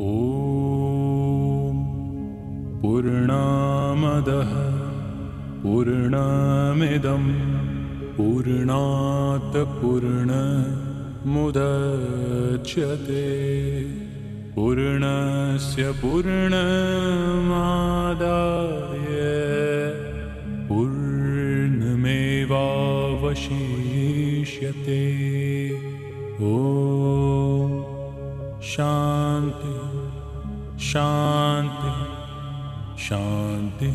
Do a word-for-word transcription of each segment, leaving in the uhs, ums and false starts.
Ом Пурнамадах Пурнамидам Пурнат Пурнамудачяте Пурнасья Пурнамадая Пурнамевавашишьяте. Ом Шанти Шанти Шанти.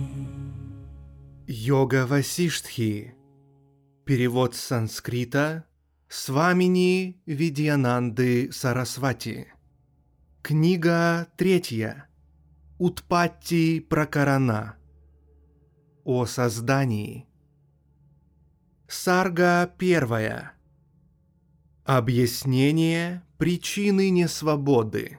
Йога Васиштхи. Перевод с санскрита Свамини Видьянанды Сарасвати. Книга третья. Утпатти Пракарана. О создании. Сарга первая. Объяснение причины несвободы.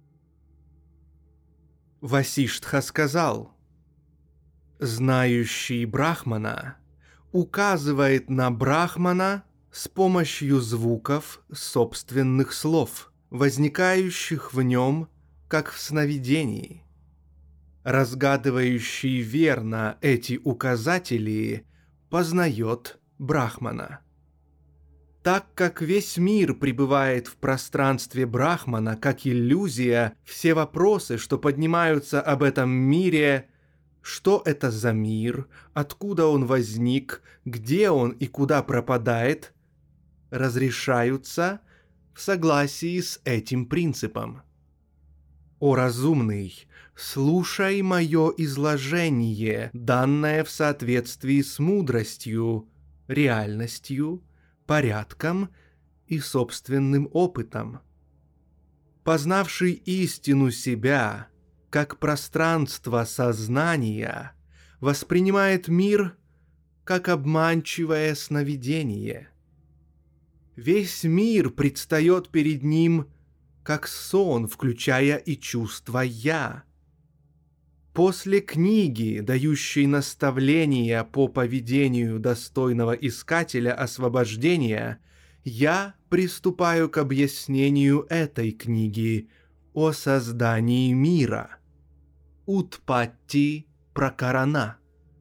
Васиштха сказал: знающий Брахмана указывает на Брахмана с помощью звуков собственных слов, возникающих в нем, как в сновидении. Разгадывающий верно эти указатели познает Брахмана. Так как весь мир пребывает в пространстве Брахмана как иллюзия, все вопросы, что поднимаются об этом мире, что это за мир, откуда он возник, где он и куда пропадает, разрешаются в согласии с этим принципом. О разумный, слушай мое изложение, данное в соответствии с мудростью, реальностью, порядком и собственным опытом. Познавший истину себя, как пространство сознания, воспринимает мир как обманчивое сновидение. Весь мир предстает перед ним как сон, включая и чувство «я». После книги, дающей наставления по поведению достойного искателя освобождения, я приступаю к объяснению этой книги о создании мира. Утпатти Пракарана.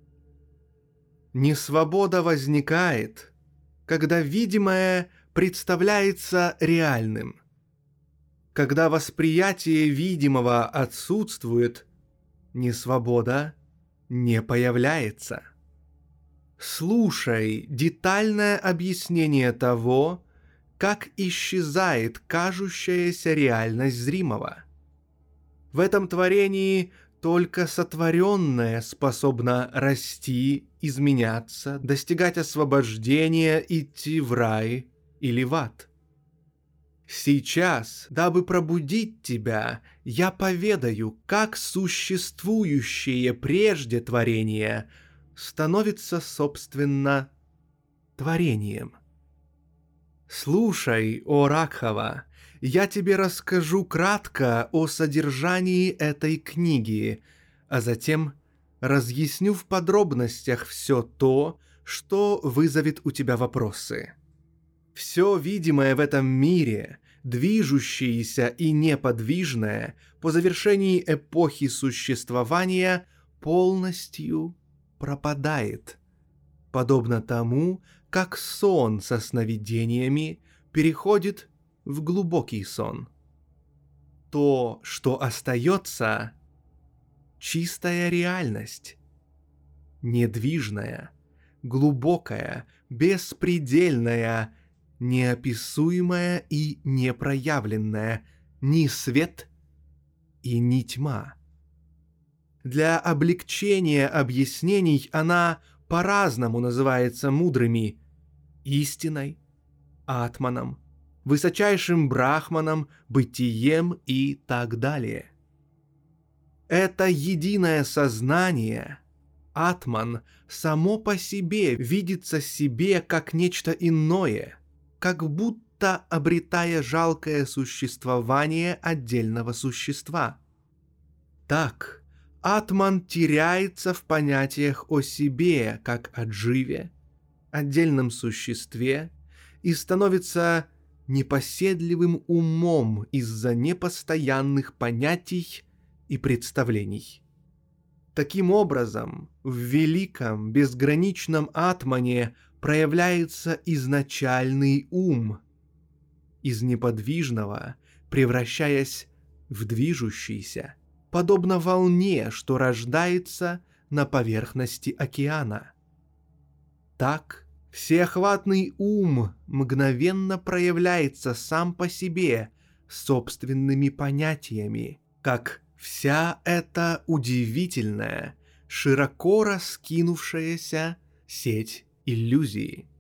Несвобода возникает, когда видимое представляется реальным. Когда восприятие видимого отсутствует, несвобода не появляется. Слушай детальное объяснение того, как исчезает кажущаяся реальность зримого. В этом творении только сотворенное способно расти, изменяться, достигать освобождения, идти в рай или в ад. Сейчас, дабы пробудить тебя, я поведаю, как существующее прежде творение становится, собственно, творением. Слушай, о Ракхава, я тебе расскажу кратко о содержании этой книги, а затем разъясню в подробностях все то, что вызовет у тебя вопросы. Все видимое в этом мире, движущееся и неподвижное, по завершении эпохи существования полностью пропадает, подобно тому, как сон со сновидениями переходит в глубокий сон. То, что остается, чистая реальность, недвижная, глубокая, беспредельная, неописуемая и непроявленная, ни свет и ни тьма. Для облегчения объяснений она по-разному называется мудрыми: истиной, атманом, высочайшим брахманом, бытием и так далее. Это единое сознание, атман, само по себе видится себе как нечто иное, как будто обретая жалкое существование отдельного существа. Так, атман теряется в понятиях о себе, как о дживе, отдельном существе, и становится непоседливым умом из-за непостоянных понятий и представлений. Таким образом, в великом безграничном атмане проявляется изначальный ум, из неподвижного превращаясь в движущийся, подобно волне, что рождается на поверхности океана. Так всеохватный ум мгновенно проявляется сам по себе собственными понятиями, как вся эта удивительная, широко раскинувшаяся сеть иллюзии.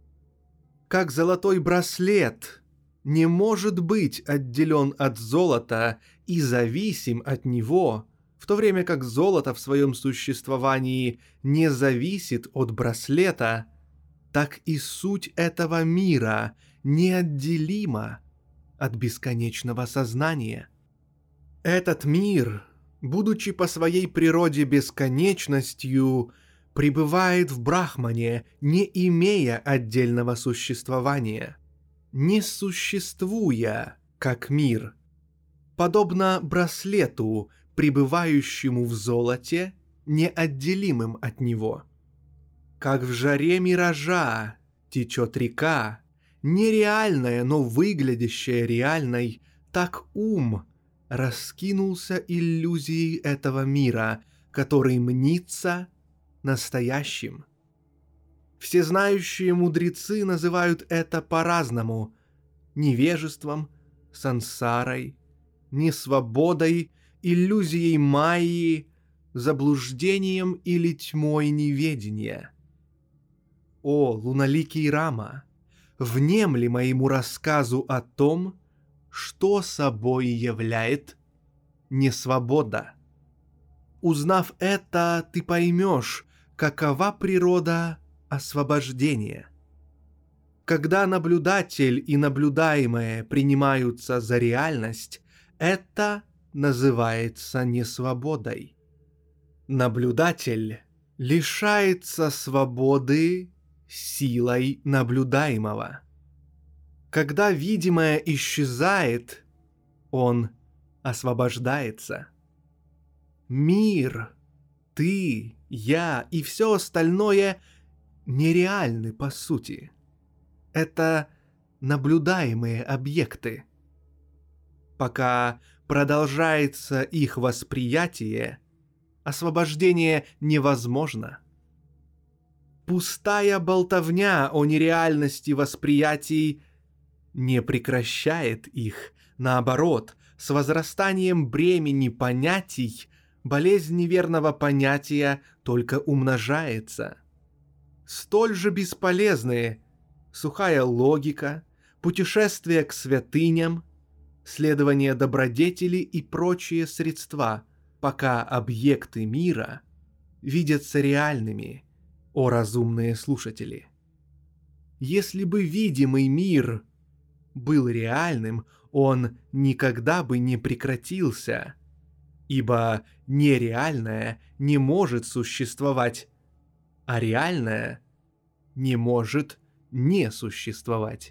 Как золотой браслет не может быть отделен от золота и зависим от него, в то время как золото в своем существовании не зависит от браслета, так и суть этого мира неотделима от бесконечного сознания. Этот мир, будучи по своей природе бесконечностью, пребывает в Брахмане, не имея отдельного существования, не существуя как мир, подобно браслету, пребывающему в золоте, неотделимым от него. Как в жаре миража течет река, нереальная, но выглядящая реальной, так ум раскинулся иллюзией этого мира, который мнится настоящим. Всезнающие мудрецы называют это по-разному: невежеством, сансарой, несвободой, иллюзией майи, заблуждением или тьмой неведения. О, луналикий Рама, внемли моему рассказу о том, что собой являет несвобода. Узнав это, ты поймешь, какова природа освобождения. Когда наблюдатель и наблюдаемое принимаются за реальность, это называется несвободой. Наблюдатель лишается свободы силой наблюдаемого. Когда видимое исчезает, он освобождается. Мир, ты, я и все остальное нереальны по сути. Это наблюдаемые объекты. Пока продолжается их восприятие, освобождение невозможно. Пустая болтовня о нереальности восприятий не прекращает их. Наоборот, с возрастанием бремени понятий болезнь неверного понятия только умножается. Столь же бесполезны сухая логика, путешествие к святыням, следование добродетели и прочие средства, пока объекты мира видятся реальными, о разумные слушатели. Если бы видимый мир был реальным, он никогда бы не прекратился, ибо нереальное не может существовать, а реальное не может не существовать.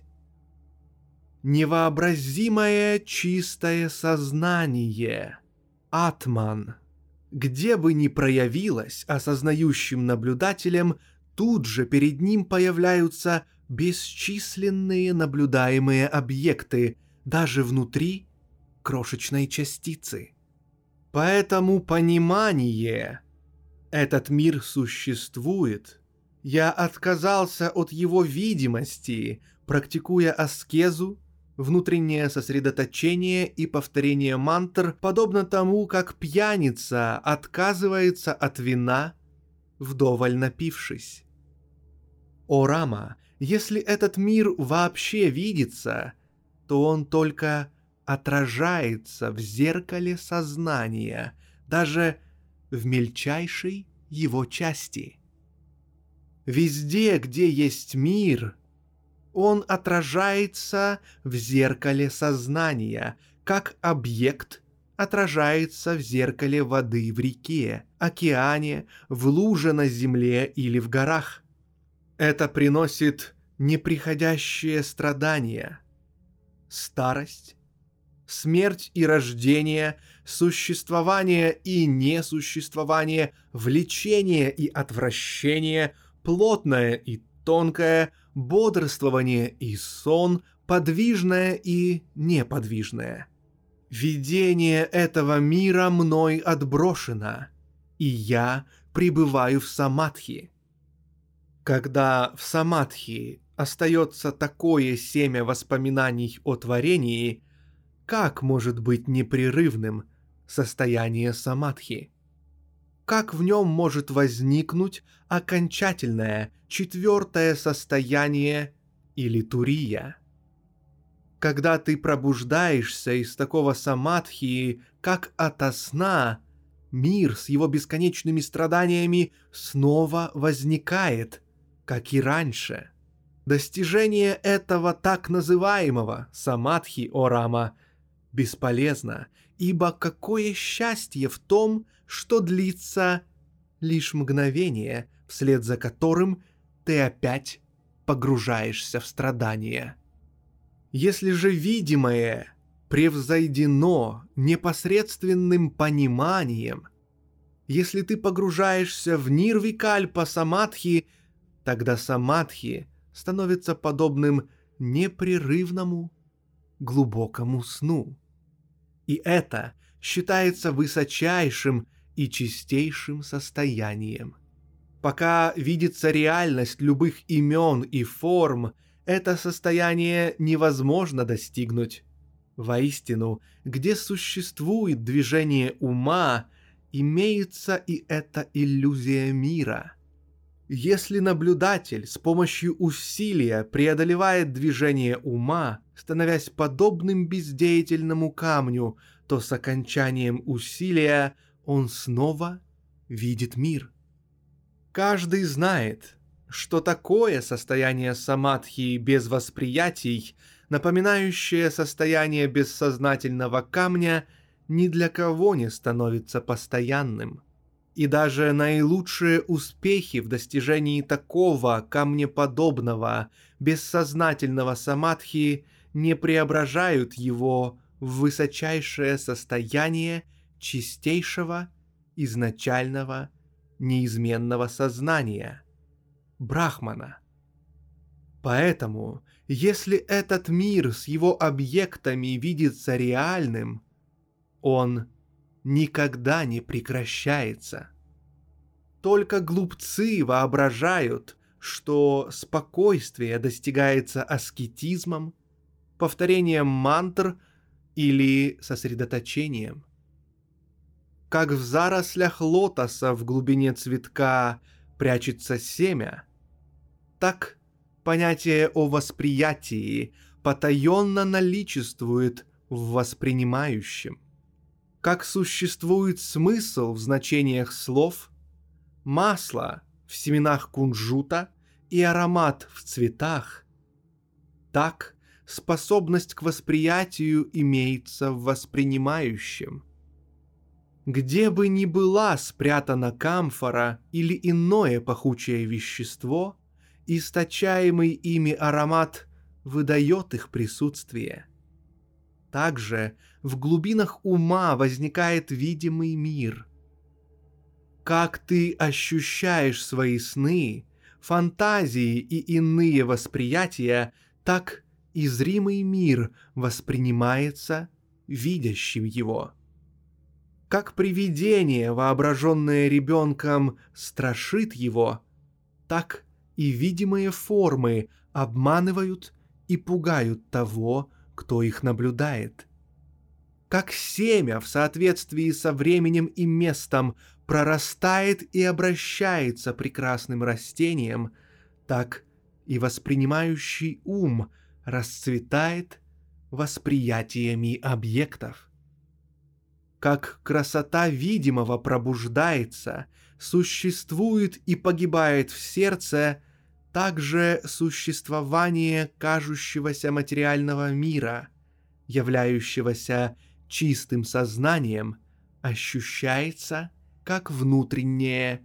Невообразимое чистое сознание, атман, где бы ни проявилось осознающим наблюдателем, тут же перед ним появляются бесчисленные наблюдаемые объекты, даже внутри крошечной частицы. Поэтому понимание «этот мир существует», я отказался от его видимости, практикуя аскезу, внутреннее сосредоточение и повторение мантр, подобно тому, как пьяница отказывается от вина, вдоволь напившись. О Рама, если этот мир вообще видится, то он только отражается в зеркале сознания, даже в мельчайшей его части. Везде, где есть мир, он отражается в зеркале сознания, как объект отражается в зеркале воды в реке, океане, в луже на земле или в горах. Это приносит неприходящее страдание. старость, смерть и рождение, существование и несуществование, влечение и отвращение, плотное и тонкое, бодрствование и сон, подвижное и неподвижное. Видение этого мира мной отброшено, и я пребываю в самадхи. Когда в самадхи остается такое семя воспоминаний о творении, как может быть непрерывным состояние самадхи? Как в нем может возникнуть окончательное четвертое состояние или турия? Когда ты пробуждаешься из такого самадхи, как ото сна, мир с его бесконечными страданиями снова возникает, как и раньше. Достижение этого так называемого самадхи, о Рама, бесполезно, ибо какое счастье в том, что длится лишь мгновение, вслед за которым ты опять погружаешься в страдания. Если же видимое превзойдено непосредственным пониманием, если ты погружаешься в нирвикальпа самадхи, тогда самадхи становится подобным непрерывному глубокому сну. И это считается высочайшим и чистейшим состоянием. Пока видится реальность любых имен и форм, это состояние невозможно достигнуть. Воистину, где существует движение ума, имеется и эта иллюзия мира. Если наблюдатель с помощью усилия преодолевает движение ума, становясь подобным бездеятельному камню, то с окончанием усилия он снова видит мир. Каждый знает, что такое состояние самадхи без восприятий, напоминающее состояние бессознательного камня, ни для кого не становится постоянным. И даже наилучшие успехи в достижении такого камнеподобного, бессознательного самадхи не преображают его в высочайшее состояние чистейшего, изначального, неизменного сознания – Брахмана. Поэтому, если этот мир с его объектами видится реальным, он никогда не прекращается. Только глупцы воображают, что спокойствие достигается аскетизмом, повторением мантр или сосредоточением. Как в зарослях лотоса в глубине цветка прячется семя, так понятие о восприятии потаенно наличествует в воспринимающем. Как существует смысл в значениях слов, масло в семенах кунжута и аромат в цветах, так способность к восприятию имеется в воспринимающем. Где бы ни была спрятана камфора или иное пахучее вещество, источаемый ими аромат выдает их присутствие. Также в глубинах ума возникает видимый мир. Как ты ощущаешь свои сны, фантазии и иные восприятия, так и зримый мир воспринимается видящим его. Как привидение, воображенное ребенком, страшит его, так и видимые формы обманывают и пугают того, кто их наблюдает. Как семя в соответствии со временем и местом прорастает и обращается прекрасным растением, так и воспринимающий ум расцветает восприятиями объектов. Как красота видимого пробуждается, существует и погибает в сердце, так же существование кажущегося материального мира, являющегося чистым сознанием, ощущается как внутреннее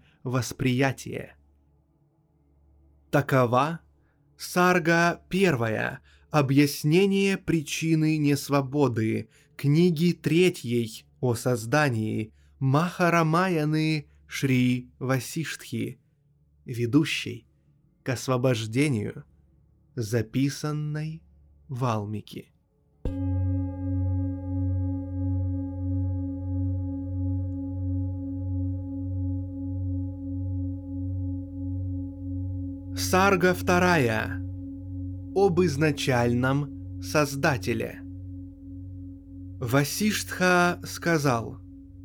восприятие. Такова сарга первая Объяснение причины несвободы, книги третьей о создании Махарамаяны Шри Васиштхи, ведущей к освобождению, записанной Валмики. Сарга вторая. Об изначальном Создателе. Васиштха сказал: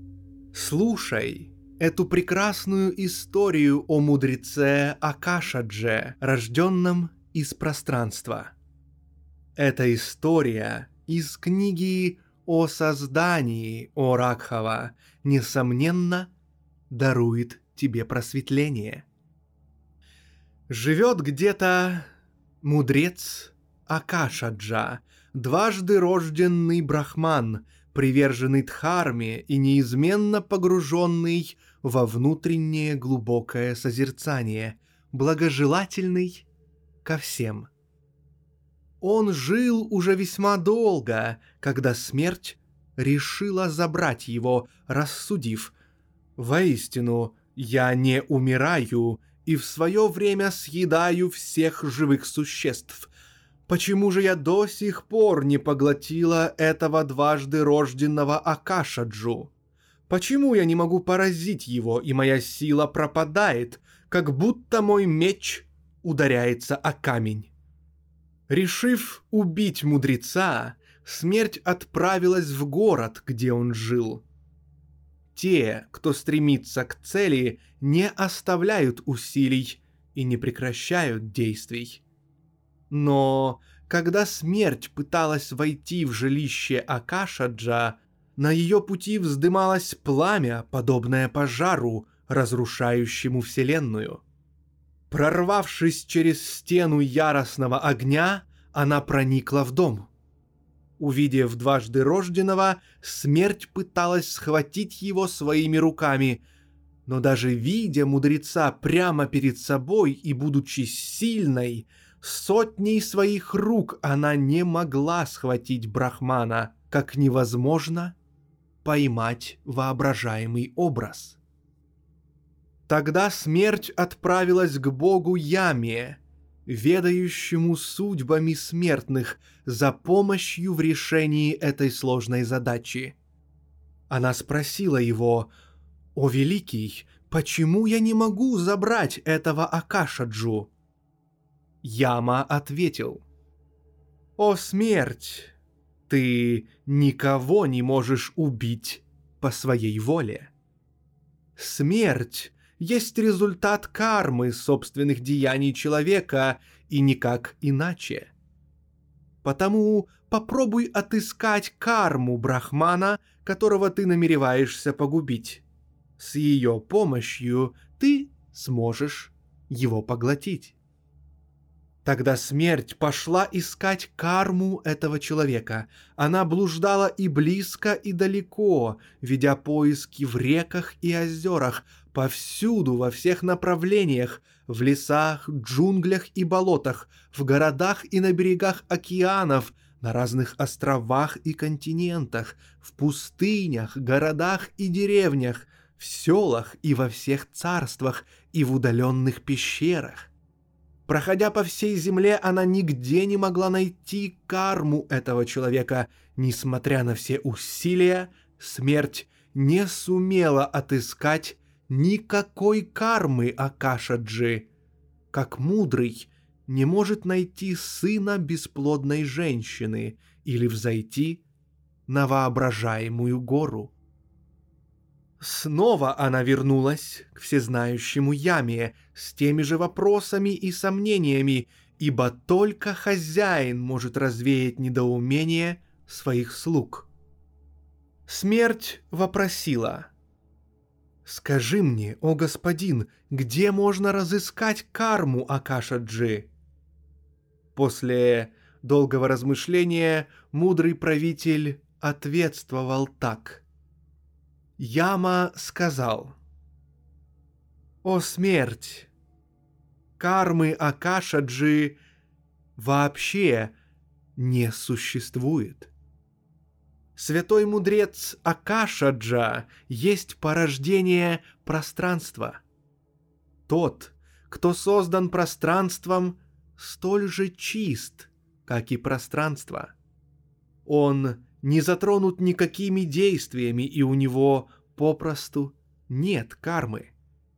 «Слушай эту прекрасную историю о мудреце Акашадже, рожденном из пространства. Эта история из книги о создании, о Ракхава, несомненно, дарует тебе просветление. Живет где-то мудрец Акашаджа, дважды рожденный брахман, приверженный дхарме и неизменно погруженный во внутреннее глубокое созерцание, благожелательный ко всем. Он жил уже весьма долго, когда смерть решила забрать его, рассудив: «Воистину, я не умираю и в свое время съедаю всех живых существ. Почему же я до сих пор не поглотила этого дважды рожденного Акашаджу? Почему я не могу поразить его, и моя сила пропадает, как будто мой меч ударяется о камень?» Решив убить мудреца, смерть отправилась в город, где он жил. Те, кто стремится к цели, не оставляют усилий и не прекращают действий. Но когда смерть пыталась войти в жилище Акашаджа, на ее пути вздымалось пламя, подобное пожару, разрушающему вселенную. Прорвавшись через стену яростного огня, она проникла в дом. Увидев дважды рожденного, смерть пыталась схватить его своими руками, но даже видя мудреца прямо перед собой и будучи сильной, сотней своих рук она не могла схватить брахмана, как невозможно поймать воображаемый образ. Тогда смерть отправилась к богу Яме, ведающему судьбами смертных, за помощью в решении этой сложной задачи. Она спросила его: «О великий, почему я не могу забрать этого Акашаджу?» Яма ответил: «О смерть, ты никого не можешь убить по своей воле. Смерть есть результат кармы собственных деяний человека и никак иначе. Потому попробуй отыскать карму брахмана, которого ты намереваешься погубить. С ее помощью ты сможешь его поглотить». Тогда смерть пошла искать карму этого человека. Она блуждала и близко, и далеко, ведя поиски в реках и озерах, повсюду, во всех направлениях, в лесах, джунглях и болотах, в городах и на берегах океанов, на разных островах и континентах, в пустынях, городах и деревнях, в селах и во всех царствах и в удаленных пещерах. Проходя по всей земле, она нигде не могла найти карму этого человека. Несмотря на все усилия, смерть не сумела отыскать никакой кармы Акашаджи, как мудрый не может найти сына бесплодной женщины или взойти на воображаемую гору. Снова она вернулась к всезнающему Яме с теми же вопросами и сомнениями, ибо только хозяин может развеять недоумение своих слуг. Смерть вопросила: «Скажи мне, о господин, где можно разыскать карму Акашаджи?» После долгого размышления мудрый правитель ответствовал так. Яма сказал: «О смерть, кармы Акашаджи вообще не существует. Святой мудрец Акашаджа есть порождение пространства. Тот, кто создан пространством, столь же чист, как и пространство. Он не затронут никакими действиями, и у него попросту нет кармы.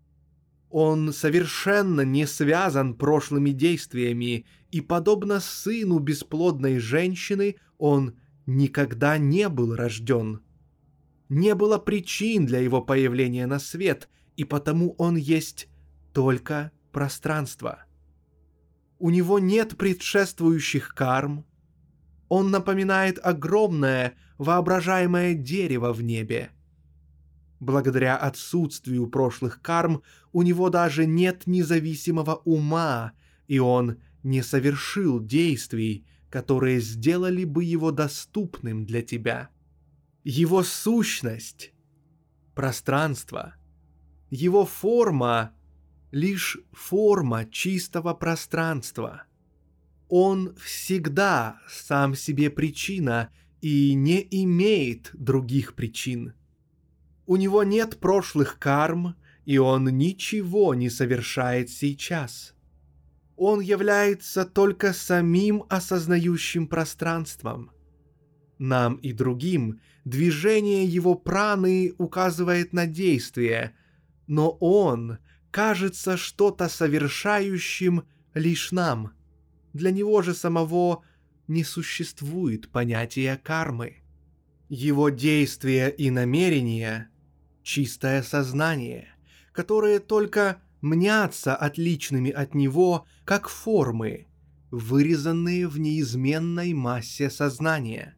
Он совершенно не связан прошлыми действиями, и, подобно сыну бесплодной женщины, он никогда не был рожден. Не было причин для его появления на свет, и потому он есть только пространство. У него нет предшествующих карм. Он напоминает огромное воображаемое дерево в небе. Благодаря отсутствию прошлых карм у него даже нет независимого ума, и он не совершил действий, которые сделали бы его доступным для тебя. Его сущность — пространство. Его форма — лишь форма чистого пространства. Он всегда сам себе причина и не имеет других причин. У него нет прошлых карм, и он ничего не совершает сейчас. Он является только самим осознающим пространством. Нам и другим движение его праны указывает на действие, но он кажется что-то совершающим лишь нам. Для него же самого не существует понятия кармы. Его действия и намерения — чистое сознание, которое только мнятся отличными от него, как формы, вырезанные в неизменной массе сознания.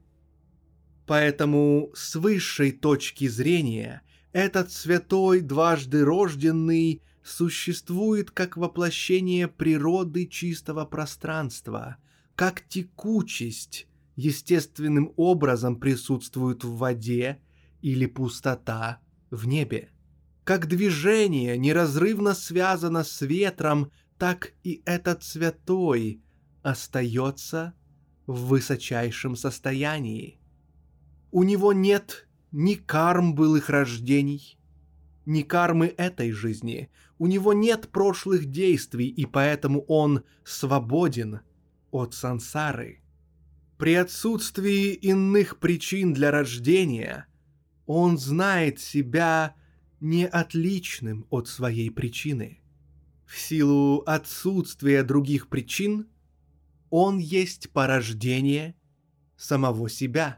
Поэтому с высшей точки зрения этот святой дважды рожденный существует как воплощение природы чистого пространства, как текучесть естественным образом присутствует в воде или пустота в небе. Как движение неразрывно связано с ветром, так и этот святой остается в высочайшем состоянии. У него нет ни карм былых рождений, ни кармы этой жизни. У него нет прошлых действий, и поэтому он свободен от сансары. При отсутствии иных причин для рождения он знает себя не отличным от своей причины. В силу отсутствия других причин он есть порождение самого себя.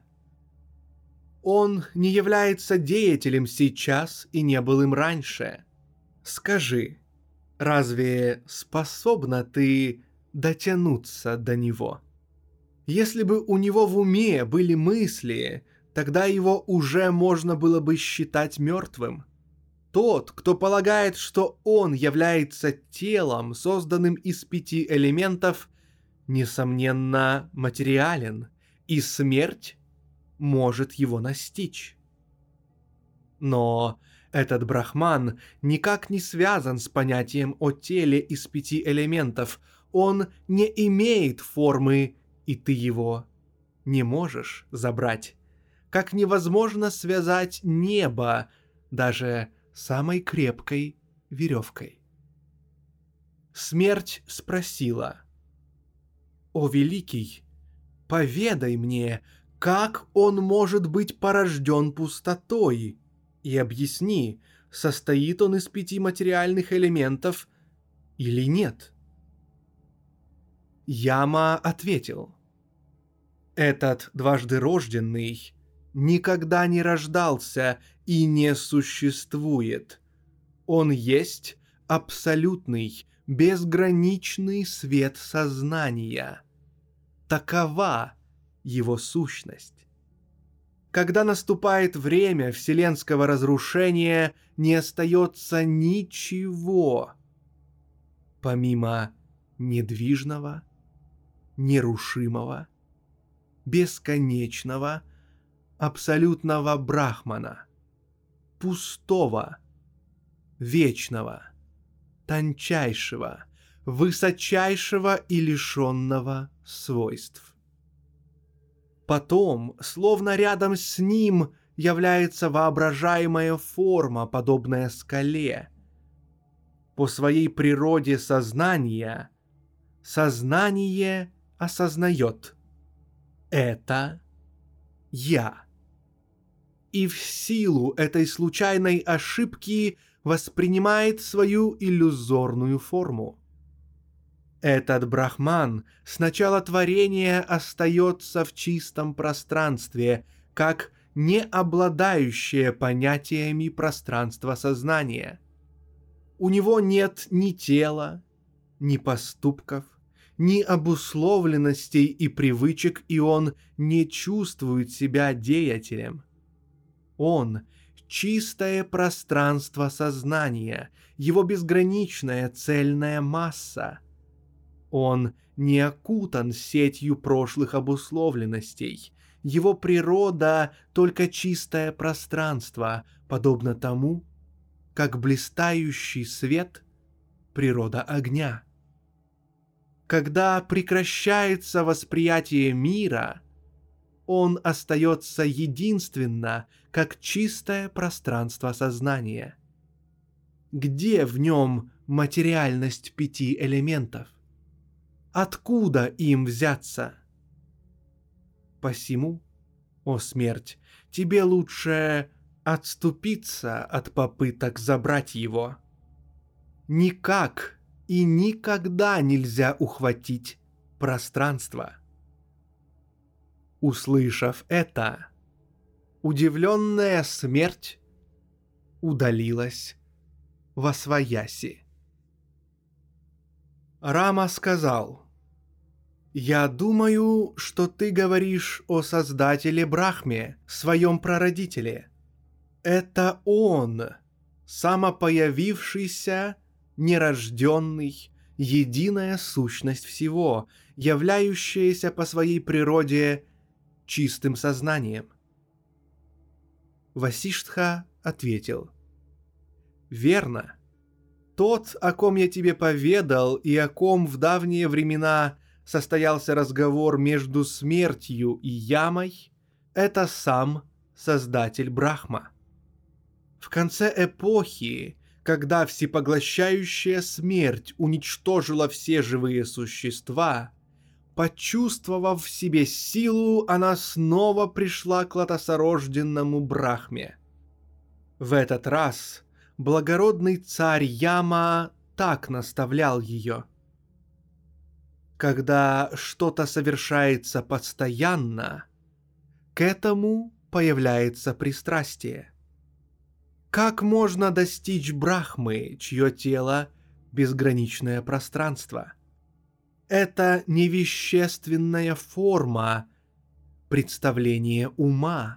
Он не является деятелем сейчас и не был им раньше. Скажи, разве способна ты дотянуться до него? Если бы у него в уме были мысли, тогда его уже можно было бы считать мертвым. Тот, кто полагает, что он является телом, созданным из пяти элементов, несомненно, материален, и смерть может его настичь. Но этот брахман никак не связан с понятием о теле из пяти элементов. Он не имеет формы, и ты его не можешь забрать. Как невозможно связать небо даже самой крепкой веревкой. Смерть спросила: «О великий, поведай мне, как он может быть порожден пустотой, и объясни, состоит он из пяти материальных элементов или нет?» Яма ответил: «Этот дважды рожденный никогда не рождался и не существует. Он есть абсолютный, безграничный свет сознания. Такова его сущность. Когда наступает время вселенского разрушения, не остается ничего, помимо недвижного, нерушимого, бесконечного, абсолютного брахмана, пустого, вечного, тончайшего, высочайшего и лишенного свойств. Потом, словно рядом с ним, является воображаемая форма, подобная скале. По своей природе сознания, сознание осознает: это я. И в силу этой случайной ошибки воспринимает свою иллюзорную форму. Этот брахман с начала творения остается в чистом пространстве, как не обладающее понятиями пространства сознания. У него нет ни тела, ни поступков, ни обусловленностей и привычек, и он не чувствует себя деятелем. Он — чистое пространство сознания, его безграничная цельная масса. Он не окутан сетью прошлых обусловленностей. Его природа — только чистое пространство, подобно тому, как блистающий свет — природа огня. Когда прекращается восприятие мира, он остается единственно, как чистое пространство сознания. Где в нем материальность пяти элементов? Откуда им взяться? Посему, о смерть, тебе лучше отступиться от попыток забрать его. Никак и никогда нельзя ухватить пространство. Услышав это, удивленная смерть удалилась восвояси. Рама сказал: «Я думаю, что ты говоришь о Создателе Брахме, своем прародителе. Это он, самопоявившийся, нерожденный, единая сущность всего, являющаяся по своей природе чистым сознанием». Васиштха ответил: «Верно. Тот, о ком я тебе поведал и о ком в давние времена состоялся разговор между смертью и ямой, это сам Создатель Брахма. В конце эпохи, когда всепоглощающая смерть уничтожила все живые существа, почувствовав в себе силу, она снова пришла к лотосорожденному Брахме. В этот раз благородный царь Яма так наставлял ее: когда что-то совершается постоянно, к этому появляется пристрастие. Как можно достичь Брахмы, чье тело — безграничное пространство? Это невещественная форма, представление ума.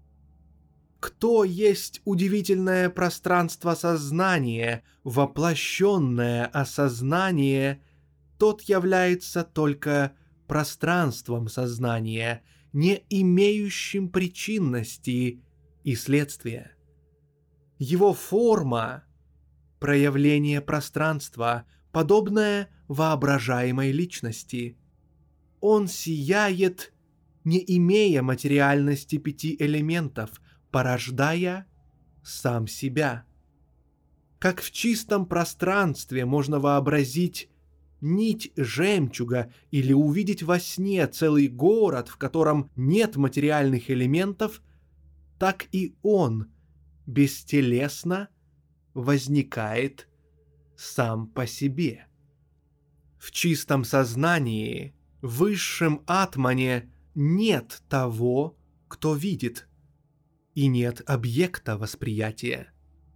Кто есть удивительное пространство сознания, воплощенное осознание, тот является только пространством сознания, не имеющим причинности и следствия. Его форма — проявление пространства, подобное воображаемой личности. Он сияет, не имея материальности пяти элементов, порождая сам себя. Как в чистом пространстве можно вообразить нить жемчуга или увидеть во сне целый город, в котором нет материальных элементов, так и он бестелесно возникает сам по себе. В чистом сознании, в высшем атмане, нет того, кто видит, и нет объекта восприятия.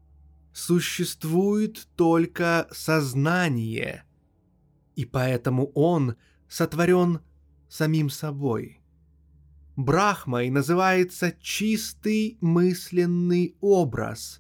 Существует только сознание, и поэтому он сотворен самим собой. Брахмой называется чистый мысленный образ,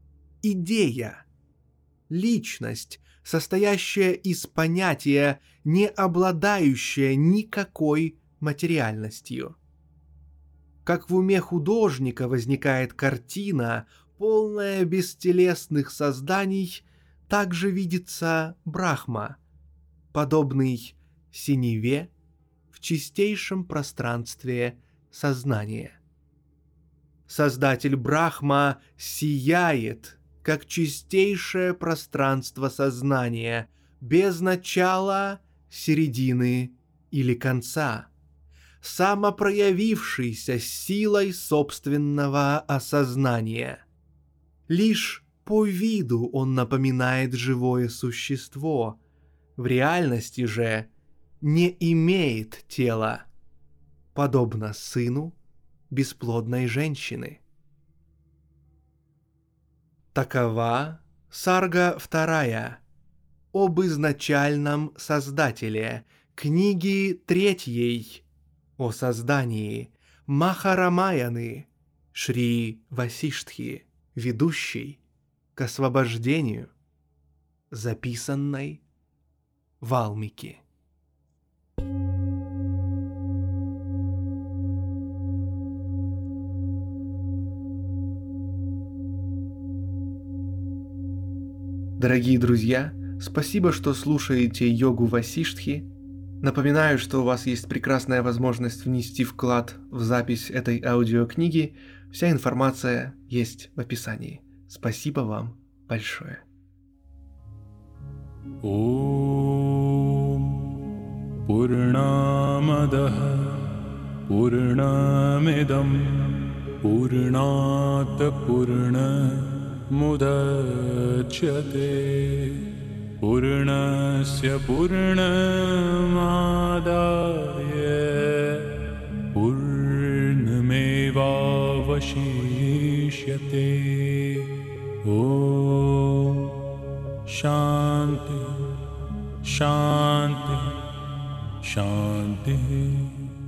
идея, личность, состоящая из понятия, не обладающая никакой материальностью. Как в уме художника возникает картина, полная бестелесных созданий, так же видится Брахма, подобный синеве в чистейшем пространстве сознание. Создатель Брахма сияет, как чистейшее пространство сознания, без начала, середины или конца, самопроявившийся силой собственного осознания. Лишь по виду он напоминает живое существо, в реальности же не имеет тела, подобно сыну бесплодной женщины. Такова сарга вторая об изначальном Создателе, книги третьей о создании Махарамаяны Шри Васиштхи, ведущей к освобождению, записанной Валмики. Дорогие друзья, спасибо, что слушаете йогу Васиштхи. Напоминаю, что у вас есть прекрасная возможность внести вклад в запись этой аудиокниги. Вся информация есть в описании. Спасибо вам большое. Ом Пурнамадах Пурнамидам Пурнат Пурна Mudachyate Purnasya Purnamadaya Purnamevavashishyate Om Shanti Shanti Shanti